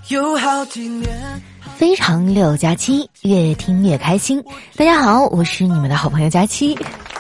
有好几年。 非常6+7，越听越开心。大家好，我是你们的好朋友佳期。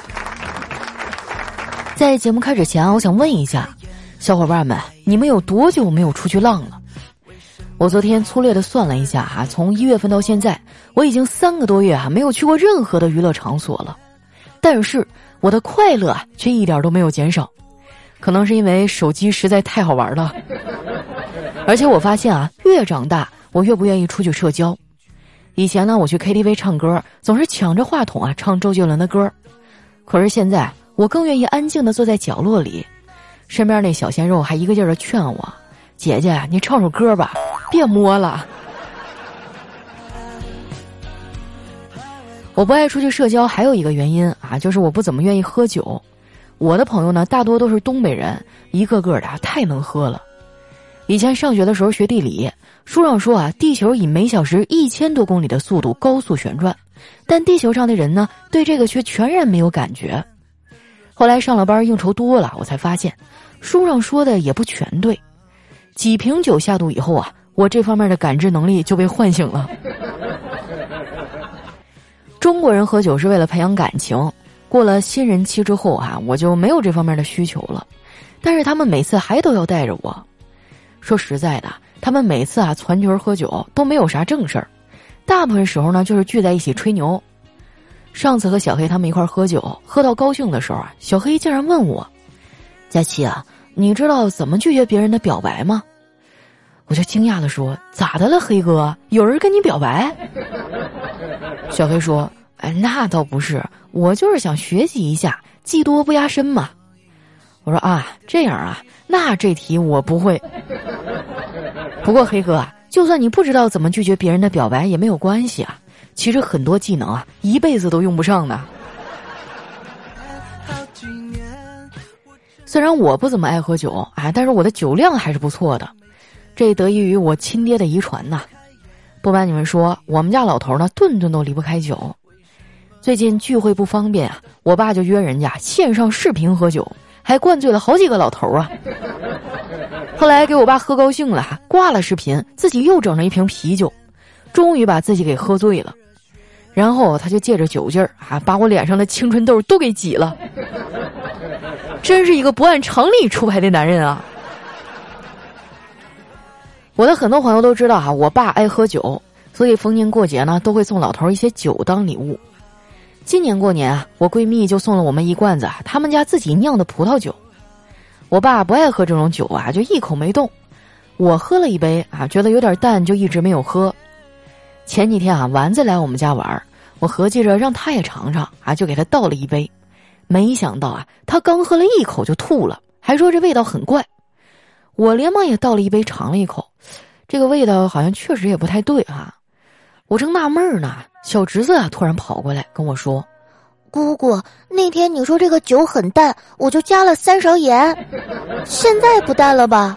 在节目开始前，我想问一下小伙伴们，你们有多久没有出去浪了？我昨天粗略的算了一下从1月份到现在，我已经3个多月没有去过任何的娱乐场所了。但是我的快乐却一点都没有减少，可能是因为手机实在太好玩了。而且我发现越长大我越不愿意出去社交。以前呢，我去 KTV 唱歌总是抢着话筒唱周杰伦的歌，可是现在我更愿意安静地坐在角落里，身边那小鲜肉还一个劲儿地劝我，姐姐你唱首歌吧，别摸了。我不爱出去社交还有一个原因就是我不怎么愿意喝酒。我的朋友呢大多都是东北人，一个个的太能喝了。以前上学的时候学地理，书上说地球以每小时1000多公里的速度高速旋转，但地球上的人呢对这个却全然没有感觉。后来上了班应酬多了，我才发现书上说的也不全对。几瓶酒下肚以后我这方面的感知能力就被唤醒了。中国人喝酒是为了培养感情，过了新人期之后我就没有这方面的需求了。但是他们每次还都要带着我。说实在的，他们每次攒群喝酒都没有啥正事儿，大部分时候呢就是聚在一起吹牛。上次和小黑他们一块喝酒，喝到高兴的时候小黑竟然问我，佳期你知道怎么拒绝别人的表白吗？我就惊讶地说，咋的了黑哥，有人跟你表白？小黑说，那倒不是，我就是想学习一下，技多不压身嘛。我说这样那这题我不会。不过黑哥就算你不知道怎么拒绝别人的表白也没有关系其实很多技能一辈子都用不上呢。虽然我不怎么爱喝酒但是我的酒量还是不错的，这得益于我亲爹的遗传呐。不瞒你们说，我们家老头呢顿顿都离不开酒。最近聚会不方便我爸就约人家线上视频喝酒，还灌醉了好几个老头后来给我爸喝高兴了挂了视频，自己又整了一瓶啤酒，终于把自己给喝醉了。然后他就借着酒劲儿把我脸上的青春痘都给挤了。真是一个不按常理出牌的男人啊。我的很多朋友都知道我爸爱喝酒，所以逢年过节呢都会送老头一些酒当礼物。今年过年我闺蜜就送了我们一罐子他们家自己酿的葡萄酒。我爸不爱喝这种酒就一口没动。我喝了一杯觉得有点淡，就一直没有喝。前几天丸子来我们家玩，我合计着让他也尝尝就给他倒了一杯。没想到他刚喝了一口就吐了，还说这味道很怪。我连忙也倒了一杯尝了一口，这个味道好像确实也不太对我正纳闷呢，小侄子突然跑过来跟我说， 姑姑，那天你说这个酒很淡，我就加了3勺盐，现在不淡了吧？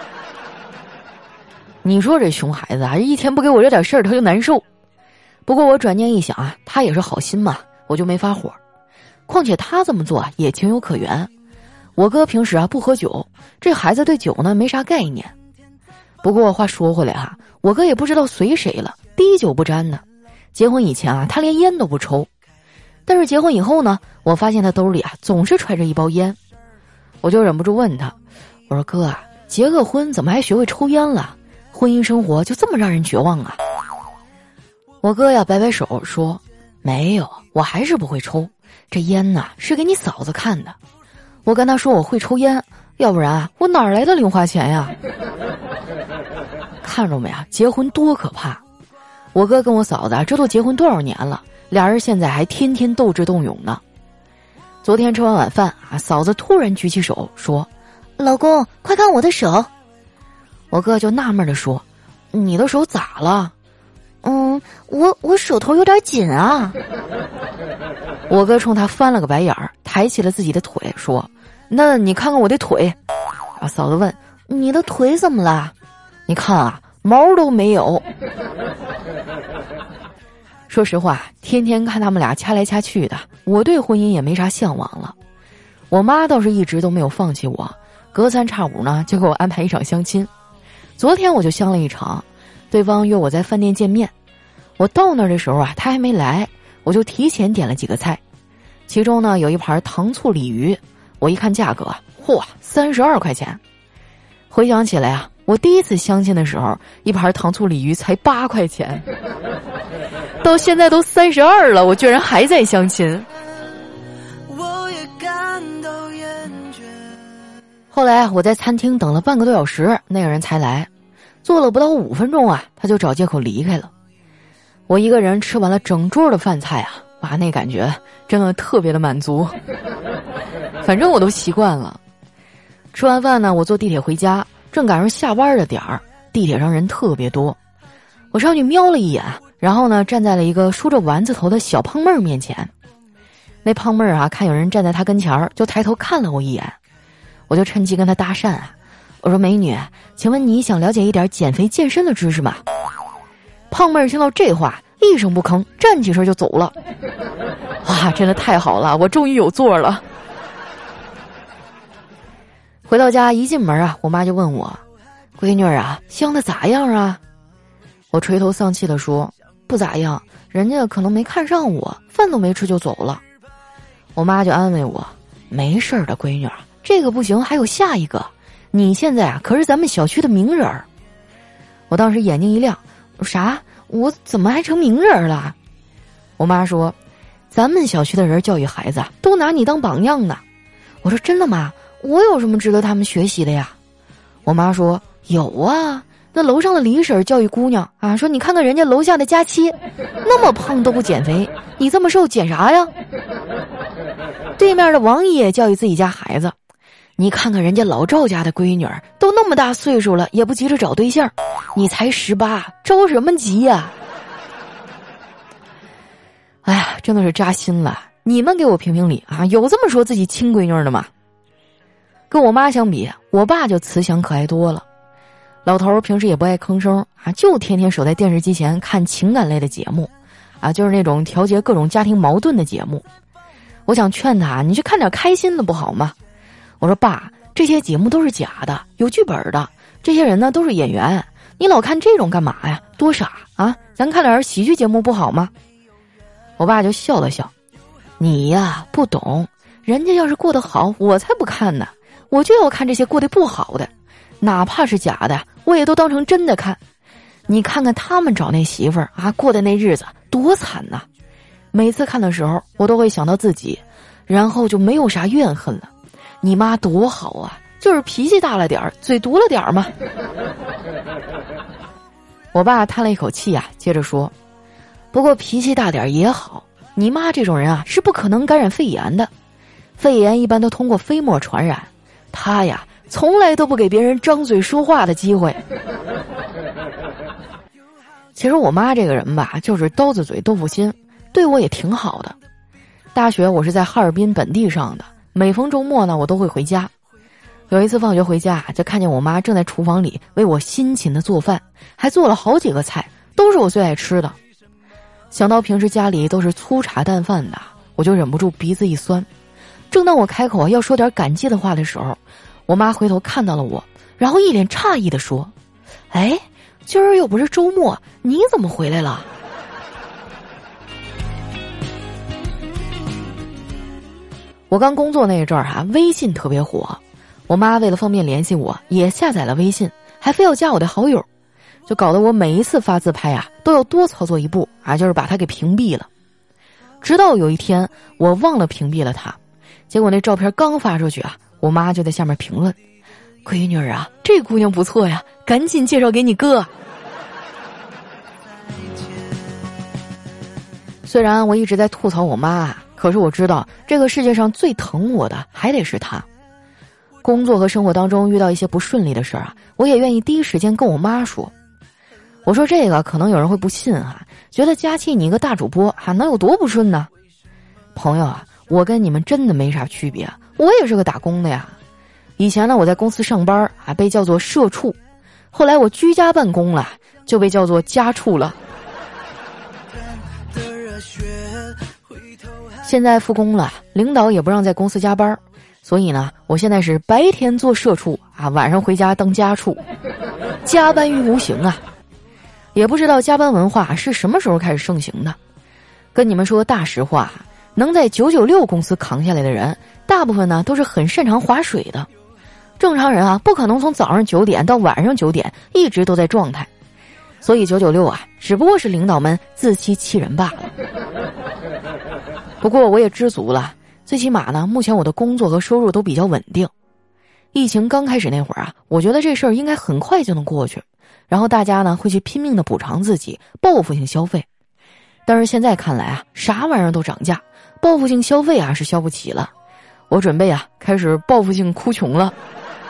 你说这熊孩子一天不给我惹点事儿他就难受。不过我转念一想他也是好心嘛，我就没发火。况且他这么做也情有可原。我哥平时不喝酒，这孩子对酒呢没啥概念。不过话说回来我哥也不知道随谁了，滴酒不沾呢。结婚以前他连烟都不抽。但是结婚以后呢，我发现他兜里总是揣着一包烟。我就忍不住问他，我说哥结个婚怎么还学会抽烟了？婚姻生活就这么让人绝望我哥摆摆手说，没有，我还是不会抽，这烟是给你嫂子看的。我跟他说我会抽烟，要不然我哪来的零花钱呀？看着没结婚多可怕。我哥跟我嫂子这都结婚多少年了，俩人现在还天天斗智斗勇呢。昨天吃完晚饭嫂子突然举起手说， 老公快看我的手。 我哥就纳闷地说，你的手咋了？ 我手头有点紧我哥冲他翻了个白眼儿，抬起了自己的腿说，那你看看我的腿。嫂子问， 你的腿怎么了？ 你看毛都没有。说实话，天天看他们俩掐来掐去的，我对婚姻也没啥向往了。我妈倒是一直都没有放弃我，隔三差五呢就给我安排一场相亲。昨天我就相了一场， 对方约我在饭店见面。我到那儿的时候啊，他还没来，我就提前点了几个菜，其中呢有一盘糖醋鲤鱼，我一看价格，嚯，32块钱。回想起来啊，我第一次相亲的时候，一盘糖醋鲤鱼才8块钱，到现在都32了，我居然还在相亲。后来我在餐厅等了半个多小时，那个人才来，坐了不到5分钟啊，他就找借口离开了。我一个人吃完了整桌的饭菜啊，哇，那感觉真的特别的满足。反正我都习惯了。吃完饭呢，我坐地铁回家，正赶上下班的点儿，地铁上人特别多。我上去瞄了一眼，然后呢，站在了一个梳着丸子头的小胖妹儿面前。那胖妹儿啊，看有人站在她跟前儿，就抬头看了我一眼。我就趁机跟她搭讪啊，我说：“美女，请问你想了解一点减肥健身的知识吗？”胖妹儿听到这话，一声不吭，站起身就走了。哇，真的太好了，我终于有座了。回到家一进门啊，我妈就问我：“闺女啊，相的咋样啊？”我垂头丧气地说：“不咋样，人家可能没看上我，饭都没吃就走了。”我妈就安慰我：“没事儿的，闺女，这个不行，还有下一个。你现在啊，可是咱们小区的名人儿。”我当时眼睛一亮，啥？我怎么还成名人了？我妈说：“咱们小区的人教育孩子都拿你当榜样呢。”我说：“真的吗？我有什么值得他们学习的呀？”我妈说：“有啊，那楼上的李婶教育姑娘啊，说你看看人家楼下的佳期，那么胖都不减肥，你这么瘦减啥呀？”对面的王爷教育自己家孩子：“你看看人家老赵家的闺女儿都那么大岁数了，也不急着找对象，你才18，着什么急呀？”哎呀，真的是扎心了。你们给我评评理啊，有这么说自己亲闺女的吗？跟我妈相比，我爸就慈祥可爱多了。老头平时也不爱吭声啊，就天天守在电视机前看情感类的节目啊，就是那种调节各种家庭矛盾的节目。我想劝他，你去看点开心的不好吗？我说：“爸，这些节目都是假的，有剧本的，这些人呢都是演员，你老看这种干嘛呀？多傻啊！咱看点喜剧节目不好吗？”我爸就笑了笑：“你呀不懂，人家要是过得好，我才不看呢，我就要看这些过得不好的，哪怕是假的，我也都当成真的看。你看看他们找那媳妇儿啊，过的那日子多惨呐！每次看的时候，我都会想到自己，然后就没有啥怨恨了。你妈多好啊，就是脾气大了点儿，嘴毒了点儿嘛。”我爸叹了一口气啊，接着说：“不过脾气大点儿也好，你妈这种人啊是不可能感染肺炎的，肺炎一般都通过飞沫传染，她呀从来都不给别人张嘴说话的机会。”其实我妈这个人吧，就是刀子嘴豆腐心，对我也挺好的。大学我是在哈尔滨本地上的，每逢周末呢，我都会回家。有一次放学回家，就看见我妈正在厨房里为我辛勤的做饭，还做了好几个菜，都是我最爱吃的。想到平时家里都是粗茶淡饭的，我就忍不住鼻子一酸。正当我开口要说点感激的话的时候，我妈回头看到了我，然后一脸诧异地说：“哎，今儿又不是周末，你怎么回来了？”我刚工作那一阵儿哈，微信特别火，我妈为了方便联系我，也下载了微信，还非要加我的好友，就搞得我每一次发自拍啊，都要多操作一步啊，就是把她给屏蔽了。直到有一天，我忘了屏蔽了她，结果那照片刚发出去啊，我妈就在下面评论：“闺女啊，这姑娘不错呀，赶紧介绍给你哥。”虽然我一直在吐槽我妈，可是我知道这个世界上最疼我的还得是她。工作和生活当中遇到一些不顺利的事儿啊，我也愿意第一时间跟我妈说。我说这个可能有人会不信啊，觉得佳期你一个大主播啊，能有多不顺呢？朋友啊，我跟你们真的没啥区别，我也是个打工的呀。以前呢，我在公司上班啊，被叫做社畜，后来我居家办公了，就被叫做家畜了。现在复工了，领导也不让在公司加班，所以呢，我现在是白天做社畜啊，晚上回家当家畜，加班于无形啊。 也不知道加班文化是什么时候开始盛行的。跟你们说大实话，能在996公司扛下来的人，大部分呢都是很擅长划水的。正常人啊，不可能从早上9点到晚上9点一直都在状态。所以996啊，只不过是领导们自欺欺人罢了。不过我也知足了，最起码呢，目前我的工作和收入都比较稳定。疫情刚开始那会儿啊，我觉得这事儿应该很快就能过去，然后大家呢会去拼命的补偿自己，报复性消费。但是现在看来啊，啥玩意儿都涨价，报复性消费啊是消不起了。我准备啊开始报复性哭穷了。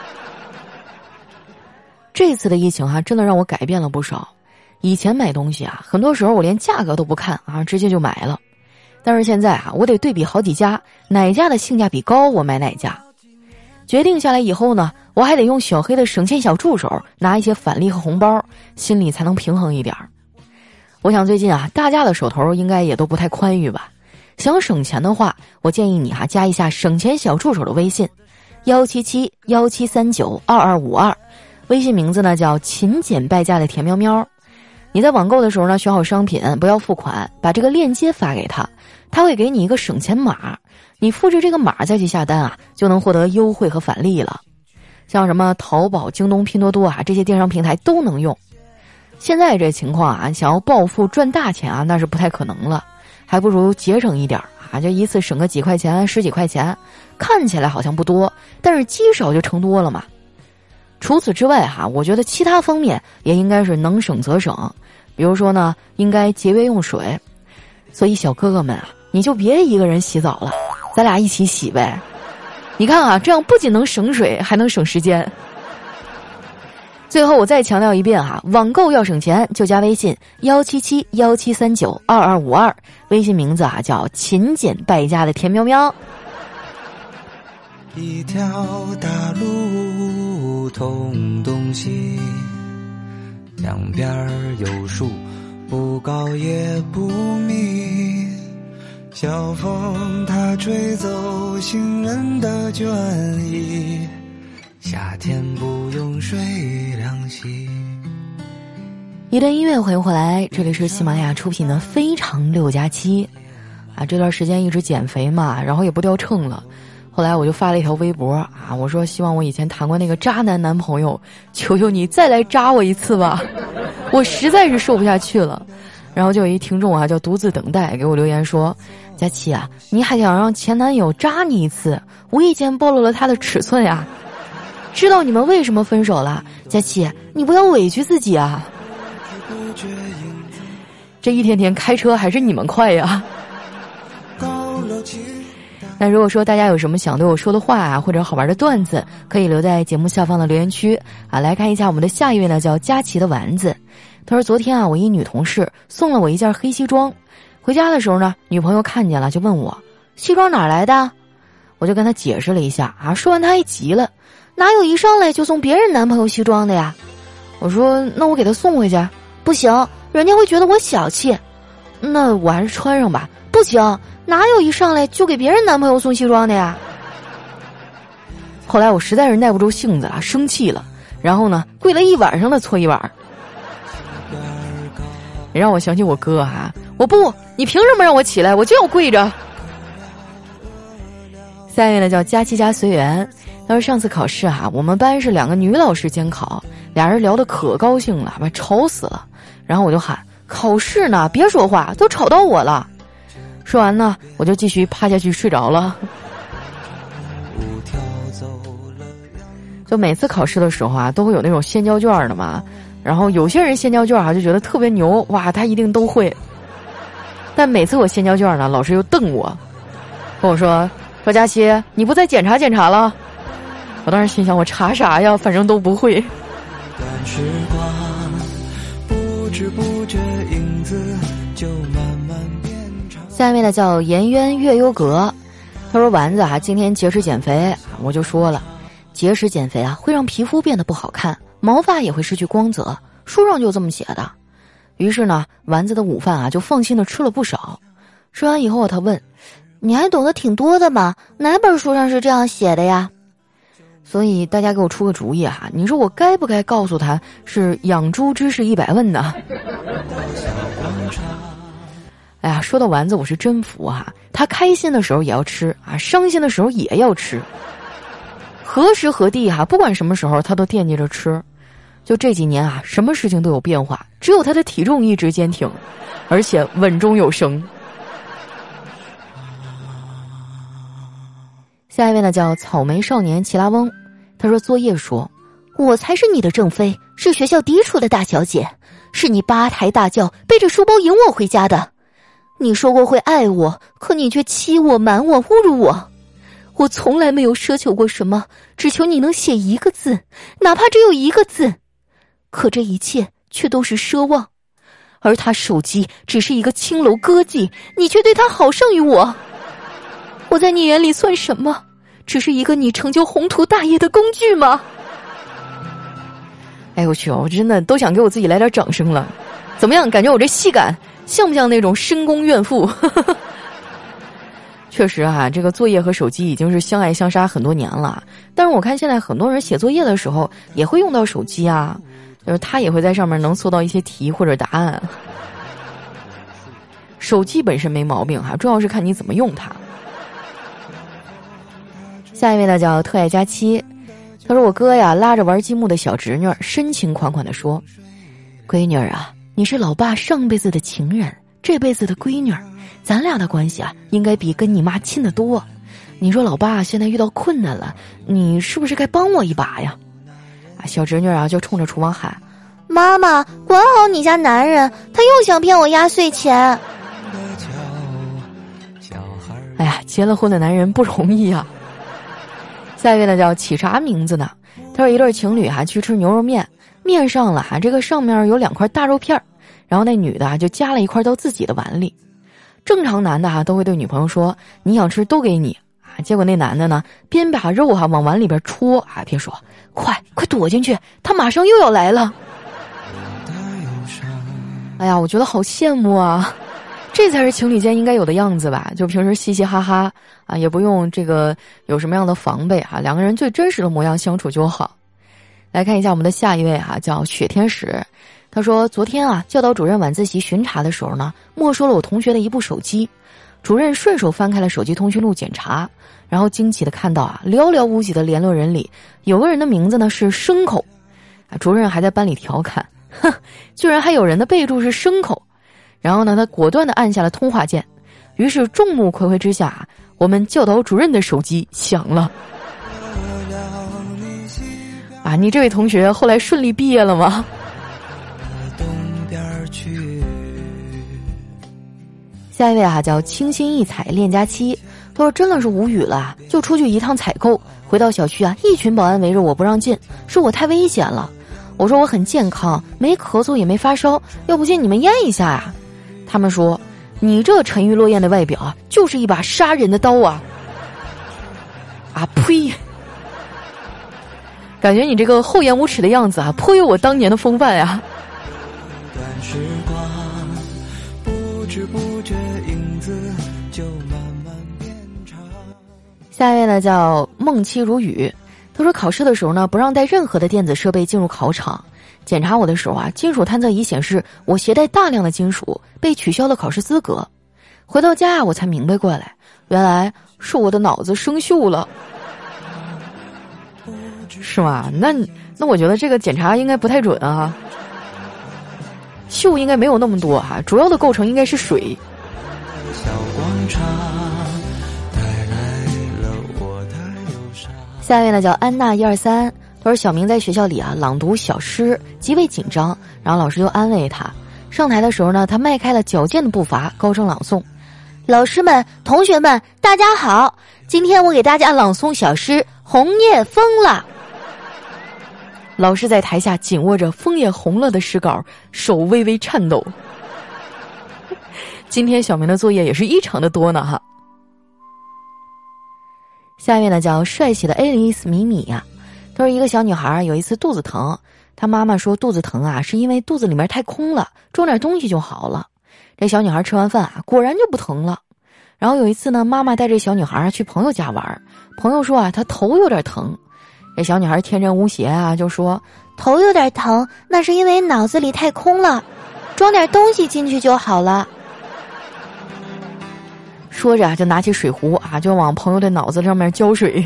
这次的疫情啊，真的让我改变了不少。以前买东西啊，很多时候我连价格都不看啊，直接就买了。但是现在啊，我得对比好几家，哪家的性价比高，我买哪家。决定下来以后呢，我还得用小黑的省钱小助手拿一些返利和红包，心里才能平衡一点。我想最近啊，大家的手头应该也都不太宽裕吧。想省钱的话，我建议你啊加一下省钱小助手的微信17717392252，微信名字呢叫勤俭败家的甜喵喵。你在网购的时候呢，选好商品，不要付款，把这个链接发给他，他会给你一个省钱码，你复制这个码再去下单啊，就能获得优惠和返利了。像什么淘宝、京东、拼多多啊，这些电商平台都能用。现在这情况啊，想要暴富赚大钱啊，那是不太可能了，还不如节省一点啊，就一次省个几块钱、10几块钱，看起来好像不多，但是积少就成多了嘛。除此之外哈，我觉得其他方面也应该是能省则省。比如说呢，应该节约用水。所以小哥哥们啊，你就别一个人洗澡了，咱俩一起洗呗。你看啊，这样不仅能省水，还能省时间。最后我再强调一遍哈，网购要省钱就加微信17717392252，微信名字啊叫勤俭败家的甜喵喵。 一条大路通东西，两边有树，不高也不密，小风它吹走行人的倦意，夏天不用水凉席。 一段音乐欢迎回来，这里是喜马拉雅出品的非常6+7啊，这段时间一直减肥嘛，然后也不掉秤了。后来我就发了一条微博啊，我说希望我以前谈过那个渣男朋友，求求你再来渣我一次吧，我实在是受不下去了。然后就有一听众啊叫独自等待给我留言说，佳琪啊，你还想让前男友渣你一次，无意间暴露了他的尺寸呀。知道你们为什么分手了，佳琪你不要委屈自己啊。这一天天开车还是你们快呀。那如果说大家有什么想对我说的话啊，或者好玩的段子，可以留在节目下方的留言区啊。来看一下我们的下一位呢，叫佳琪的丸子。他说昨天啊，我一女同事送了我一件黑西装，回家的时候呢，女朋友看见了就问我西装哪来的，我就跟她解释了一下啊。说完她还急了，哪有一上来就送别人男朋友西装的呀？我说那我给她送回去。不行，人家会觉得我小气。那我还是穿上吧。不行，哪有一上来就给别人男朋友送西装的呀？后来我实在是耐不住性子了，生气了，然后呢跪了一晚上的搓衣板。也让我想起我哥啊，我不，你凭什么让我起来，我就要跪着。下一位呢叫佳琪家随缘，他说上次考试啊，我们班是2个女老师监考，俩人聊得可高兴了，把吵死了。然后我就喊考试呢，别说话，都吵到我了。说完呢，我就继续趴下去睡着了。就每次考试的时候啊，都会有那种先交卷的嘛，然后有些人先交卷啊就觉得特别牛，哇，他一定都会。但每次我先交卷呢，老师又瞪我，跟我说佳琪，你不再检查检查了？我当时心想，我查啥呀，反正都不会。 时光不知不觉影子就慢慢变长。 下一位呢叫颜渊月幽阁，他说丸子啊，今天节食减肥，我就说了，节食减肥啊会让皮肤变得不好看，毛发也会失去光泽，书上就这么写的。于是呢，丸子的午饭啊就放心的吃了不少。吃完以后他问，你还懂得挺多的嘛，哪本书上是这样写的呀？所以大家给我出个主意啊，你说我该不该告诉他是养猪知识100问呢？ 哎呀，说到丸子我是真服啊，他开心的时候也要吃啊，伤心的时候也要吃，何时何地不管什么时候他都惦记着吃。就这几年什么事情都有变化，只有他的体重一直坚挺，而且稳中有升。下一位呢叫草莓少年齐拉翁，他说作业说， 我才是你的正妃，是学校嫡出的大小姐，是你八抬大轿背着书包迎我回家的。你说过会爱我，可你却欺我、瞒我、侮辱我。我从来没有奢求过什么，只求你能写一个字，哪怕只有一个字。可这一切却都是奢望，而他手机只是一个青楼歌妓，你却对他好胜于我。我在你眼里算什么？只是一个你成就宏图大业的工具吗？ 哎我去，我真的都想给我自己来点掌声了。怎么样，感觉我这戏感像不像那种深宫怨妇？确实这个作业和手机已经是相爱相杀很多年了，但是我看现在很多人写作业的时候也会用到手机就是他也会在上面能搜到一些题或者答案。手机本身没毛病重要是看你怎么用它。下一位呢叫特爱佳期，他说我哥拉着玩积木的小侄女深情款款地说，闺女你是老爸上辈子的情人，这辈子的闺女，咱俩的关系应该比跟你妈亲得多。你说老爸现在遇到困难了，你是不是该帮我一把呀？小侄女就冲着厨房喊， 妈妈管好你家男人，他又想骗我压岁钱。 哎呀，结了婚的男人不容易下一位呢叫起啥名字呢，他说一对情侣去吃牛肉面，面上了这个上面有2块大肉片，然后那女的就夹了一块到自己的碗里。正常男的都会对女朋友说，你想吃都给你结果那男的呢边把肉往碗里边戳边说，快躲进去，他马上又要来了。哎呀，我觉得好羡慕这才是情侣间应该有的样子吧，就平时嘻嘻哈哈也不用这个有什么样的防备两个人最真实的模样相处就好。来看一下我们的下一位叫雪天使，他说昨天教导主任晚自习巡查的时候呢，没收了我同学的一部手机，主任顺手翻开了手机通讯录检查，然后惊奇的看到寥寥无几的联络人里有个人的名字呢是牲口主任还在班里调侃，哼，居然还有人的备注是牲口。然后呢他果断地按下了通话键，于是众目睽睽之下我们教导主任的手机响了。你这位同学后来顺利毕业了吗？下一位叫清新异彩恋家妻，他说真的是无语了，就出去一趟采购，回到小区一群保安围着我不让进，说我太危险了。我说我很健康，没咳嗽也没发烧，要不信你们验一下他们说你这沉鱼落雁的外表就是一把杀人的刀呸，感觉你这个厚颜无耻的样子颇有我当年的风范时光不知不觉影子就慢慢变长。 下一位呢叫梦妻如雨，他说考试的时候呢不让带任何的电子设备进入考场，检查我的时候金属探测仪显示我携带大量的金属，被取消了考试资格。回到家我才明白过来，原来是我的脑子生锈了。是吗？那我觉得这个检查应该不太准锈应该没有那么多主要的构成应该是水。 小广场带来了我的忧伤。 下一位呢叫安娜123，他说小明在学校里朗读小诗，极为紧张，然后老师就安慰他。上台的时候呢，他迈开了矫健的步伐，高声朗诵：老师们、同学们，大家好，今天我给大家朗诵小诗《红叶疯了》。老师在台下紧握着枫叶红了的诗稿，手微微颤抖。今天小明的作业也是异常的多呢下面呢叫帅气的爱丽丝米米他说一个小女孩有一次肚子疼，她妈妈说肚子疼是因为肚子里面太空了，装点东西就好了。这小女孩吃完饭果然就不疼了。然后有一次呢，妈妈带这小女孩去朋友家玩，朋友说她头有点疼。这小女孩天真无邪就说头有点疼，那是因为脑子里太空了。 装点东西进去就好了。 说着就拿起水壶啊，就往朋友的脑子上面浇水。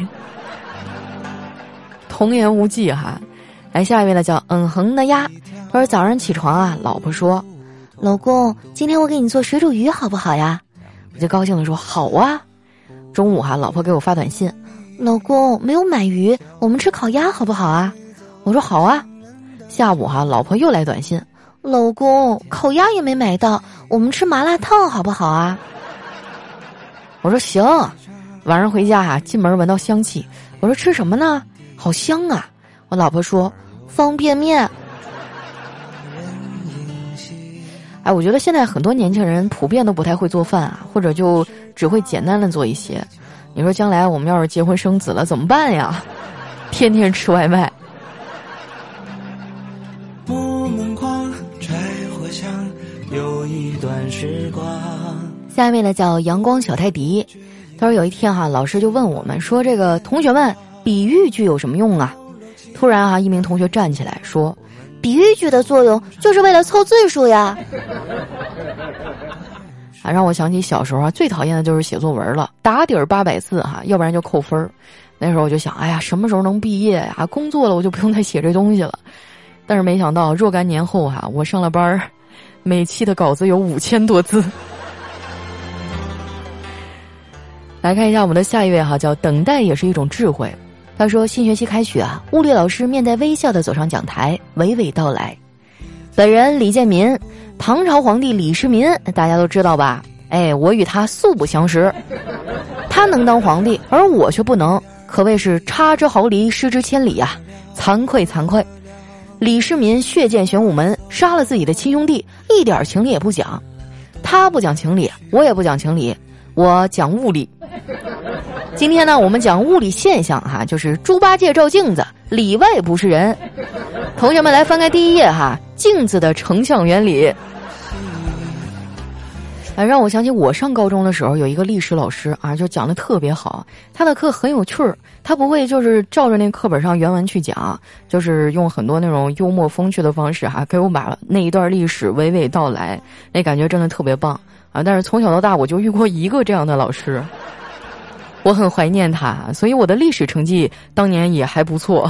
童言无忌哈。来，下一位呢叫哼的鸭，他说早上起床啊，老婆说， 老公，今天我给你做水煮鱼好不好呀？ 我就高兴地说好啊。中午哈，老婆给我发短信， 老公没有买鱼，我们吃烤鸭好不好啊？ 我说好啊。下午哈，老婆又来短信， 老公烤鸭也没买到，我们吃麻辣烫好不好啊？ 我说行。晚上回家啊，进门闻到香气，我说吃什么呢？好香啊。我老婆说方便面。 哎，我觉得现在很多年轻人普遍都不太会做饭啊，或者就只会简单的做一些。你说将来我们要是结婚生子了怎么办呀？天天吃外卖。 木门框，柴火香，有一段时光。 下面呢叫阳光小泰迪，他说有一天哈，老师就问我们说，这个同学们，比喻句有什么用啊？突然啊，一名同学站起来说， 比喻句的作用就是为了凑字数呀。 啊，让我想起小时候啊，最讨厌的就是写作文了，打底儿800字哈，要不然就扣分。那时候我就想，哎呀，什么时候能毕业呀？工作了我就不用再写这东西了。但是没想到若干年后哈，我上了班，每期的稿子有5000多字。来看一下我们的下一位哈，叫等待也是一种智慧。他说新学期开学啊，物理老师面带微笑地走上讲台，娓娓道来，本人李建民，唐朝皇帝李世民，大家都知道吧？哎，我与他素不相识，他能当皇帝，而我却不能，可谓是差之毫厘，失之千里啊！惭愧惭愧。李世民血溅玄武门，杀了自己的亲兄弟，一点情理也不讲。他不讲情理，我也不讲情理，我讲物理。今天呢，我们讲物理现象哈，就是猪八戒照镜子，里外不是人。同学们来翻开第1页哈，镜子的成像原理。让我想起我上高中的时候有一个历史老师啊，就讲得特别好，他的课很有趣儿，他不会就是照着那课本上原文去讲，就是用很多那种幽默风趣的方式哈，给我把那一段历史娓娓道来，那感觉真的特别棒啊！但是从小到大我就遇过一个这样的老师，我很怀念他，所以我的历史成绩当年也还不错。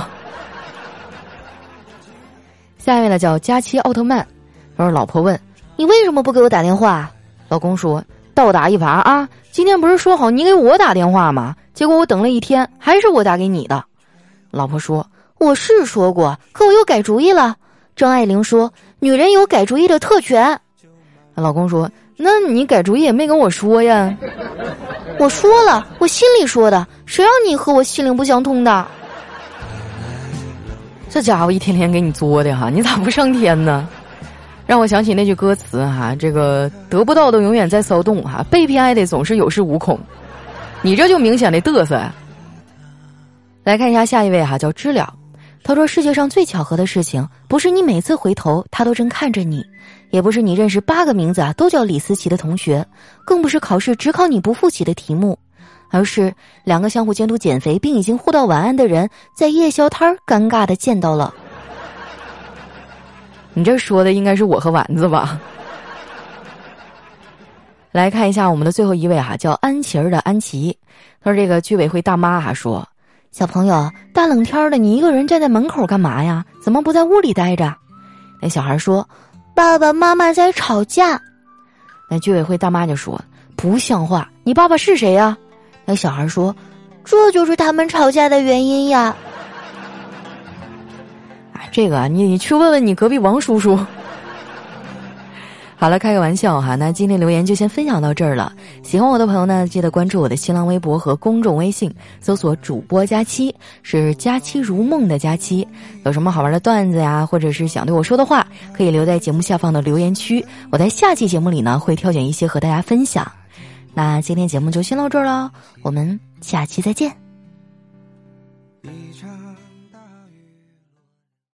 下一位呢叫佳期奥特曼，然后老婆问， 你为什么不给我打电话？ 老公说，倒打一耙啊，今天不是说好你给我打电话吗？结果我等了一天，还是我打给你的。老婆说， 我是说过，可我又改主意了。张爱玲说，女人有改主意的特权。 老公说，那你改主意也没跟我说呀。 我说了，我心里说的，谁让你和我心灵不相通的？ 这家伙一天天给你作的哈，你咋不上天呢？让我想起那句歌词哈，这个得不到的永远在骚动哈，被偏爱的总是有恃无恐。你这就明显的嘚瑟呀。来看一下下一位哈，叫知了。他说世界上最巧合的事情，不是你每次回头他都正看着你，也不是你认识8个名字啊都叫李思琪的同学，更不是考试只考你不复习的题目，而是2个相互监督减肥并已经互道晚安的人在夜宵摊尴尬的见到了。你这说的应该是我和丸子吧？来看一下我们的最后一位哈，叫安琪儿的安琪。他说这个居委会大妈说，小朋友，大冷天的你一个人站在门口干嘛呀？怎么不在屋里待着？那小孩说， 爸爸妈妈在吵架。 那居委会大妈就说，不像话，你爸爸是谁呀？那小孩说， 这就是他们吵架的原因呀。 这个你去问问你隔壁王叔叔。好了，开个玩笑哈，那今天留言就先分享到这儿了。喜欢我的朋友呢，记得关注我的新浪微博和公众微信，搜索主播佳期，是佳期如梦的佳期。有什么好玩的段子呀，或者是想对我说的话，可以留在节目下方的留言区，我在下期节目里呢会挑选一些和大家分享。那今天节目就先到这儿了，我们下期再见。